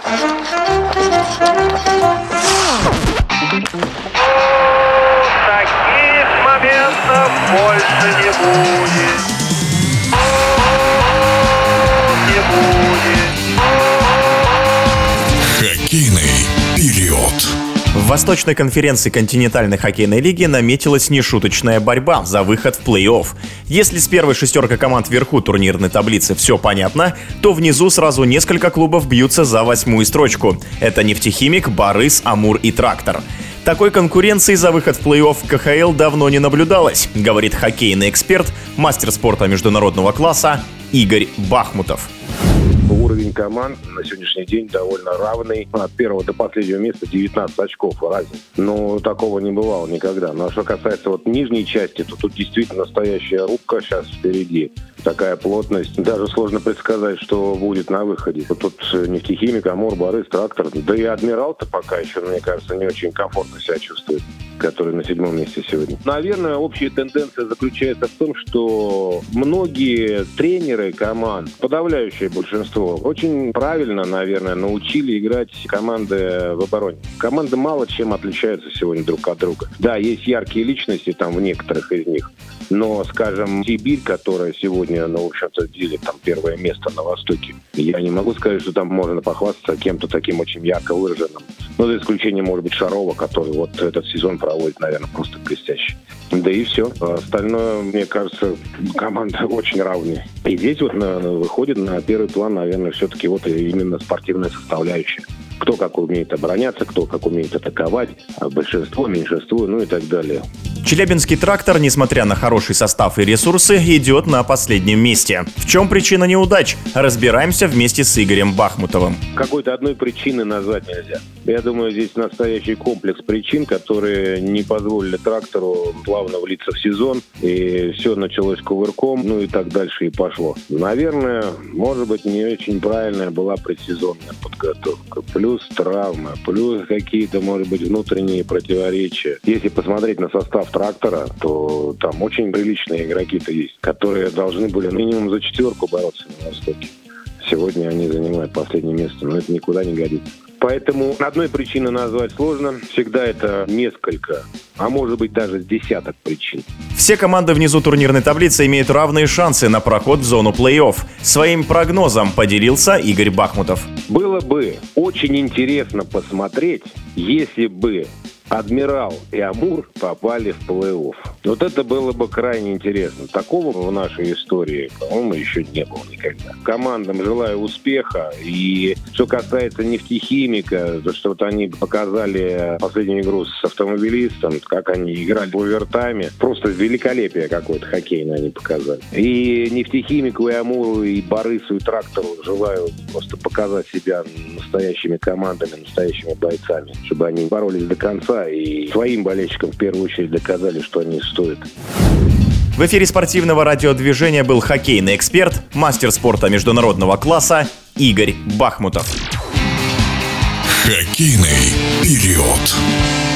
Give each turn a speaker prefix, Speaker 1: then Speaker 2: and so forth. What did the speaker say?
Speaker 1: Таких моментов больше не будет. Не будет.
Speaker 2: Хоккейный период.
Speaker 3: В Восточной конференции континентальной хоккейной лиги наметилась нешуточная борьба за выход в плей-офф. Если с первой шестеркой команд вверху турнирной таблицы все понятно, то внизу сразу несколько клубов бьются за 8-ю строчку. Это «Нефтехимик», «Барыс», «Амур» и «Трактор». Такой конкуренции за выход в плей-офф в КХЛ давно не наблюдалось, говорит хоккейный эксперт, мастер спорта международного класса Игорь Бахмутов.
Speaker 4: Уровень команд на сегодняшний день довольно равный. От первого до последнего места 19 очков разница. Но такого не бывало никогда. Но что касается нижней части, то тут действительно настоящая рубка сейчас впереди. Такая плотность. Даже сложно предсказать, что будет на выходе. Тут «Нефтехимик», «Амур», «Барыс», «Трактор». Да и «Адмирал»-то пока еще, мне кажется, не очень комфортно себя чувствует, который на 7-м месте сегодня. Наверное, общая тенденция заключается в том, что многие тренеры команд, подавляющее большинство, очень правильно, наверное, научили играть команды в обороне. Команды мало чем отличаются сегодня друг от друга. Да, есть яркие личности там в некоторых из них, но, скажем, Сибирь, которая сегодня, в общем-то, делит там первое место на Востоке, я не могу сказать, что там можно похвастаться кем-то таким очень ярко выраженным. Ну, за исключением, может быть, Шарова, который этот сезон проводит, наверное, просто блестяще. Да и все. Остальное, мне кажется, команды очень равные. И здесь выходит на первый план, наверное, все-таки именно спортивная составляющая. Кто как умеет обороняться, кто как умеет атаковать, большинство, меньшинство, и так далее.
Speaker 3: Челябинский «Трактор», несмотря на хороший состав и ресурсы, идет на последнем месте. В чем причина неудач? Разбираемся вместе с Игорем Бахмутовым.
Speaker 4: Какой-то одной причины назвать нельзя. Я думаю, здесь настоящий комплекс причин, которые не позволили «Трактору» плавно влиться в сезон. И все началось кувырком, и так дальше и пошло. Наверное, может быть, не очень правильная была предсезонная подготовка. Плюс травмы, плюс какие-то, может быть, внутренние противоречия. Если посмотреть на состав «Трактора», то там очень приличные игроки-то есть, которые должны были минимум за 4 бороться на Востоке. Сегодня они занимают последнее место, но это никуда не годится. Поэтому одной причины назвать сложно. Всегда это несколько, а может быть даже десяток причин.
Speaker 3: Все команды внизу турнирной таблицы имеют равные шансы на проход в зону плей-офф. Своим прогнозом поделился Игорь Бахмутов.
Speaker 4: Было бы очень интересно посмотреть, если бы «Адмирал» и «Амур» попали в плей-офф. Это было бы крайне интересно. Такого в нашей истории, по-моему, еще не было никогда. Командам желаю успеха. И что касается «Нефтехимика», то что они показали последнюю игру с «Автомобилистом», как они играли в овертайме. Просто великолепие какое-то хоккейное они показали. И «Нефтехимику», и «Амуру», и «Барысу», и «Трактору» желаю просто показать себя настоящими командами, настоящими бойцами, чтобы они боролись до конца и своим болельщикам в первую очередь доказали, что они стоят.
Speaker 3: В эфире спортивного радиодвижения был хоккейный эксперт, мастер спорта международного класса Игорь Бахмутов.
Speaker 2: Хоккейный период.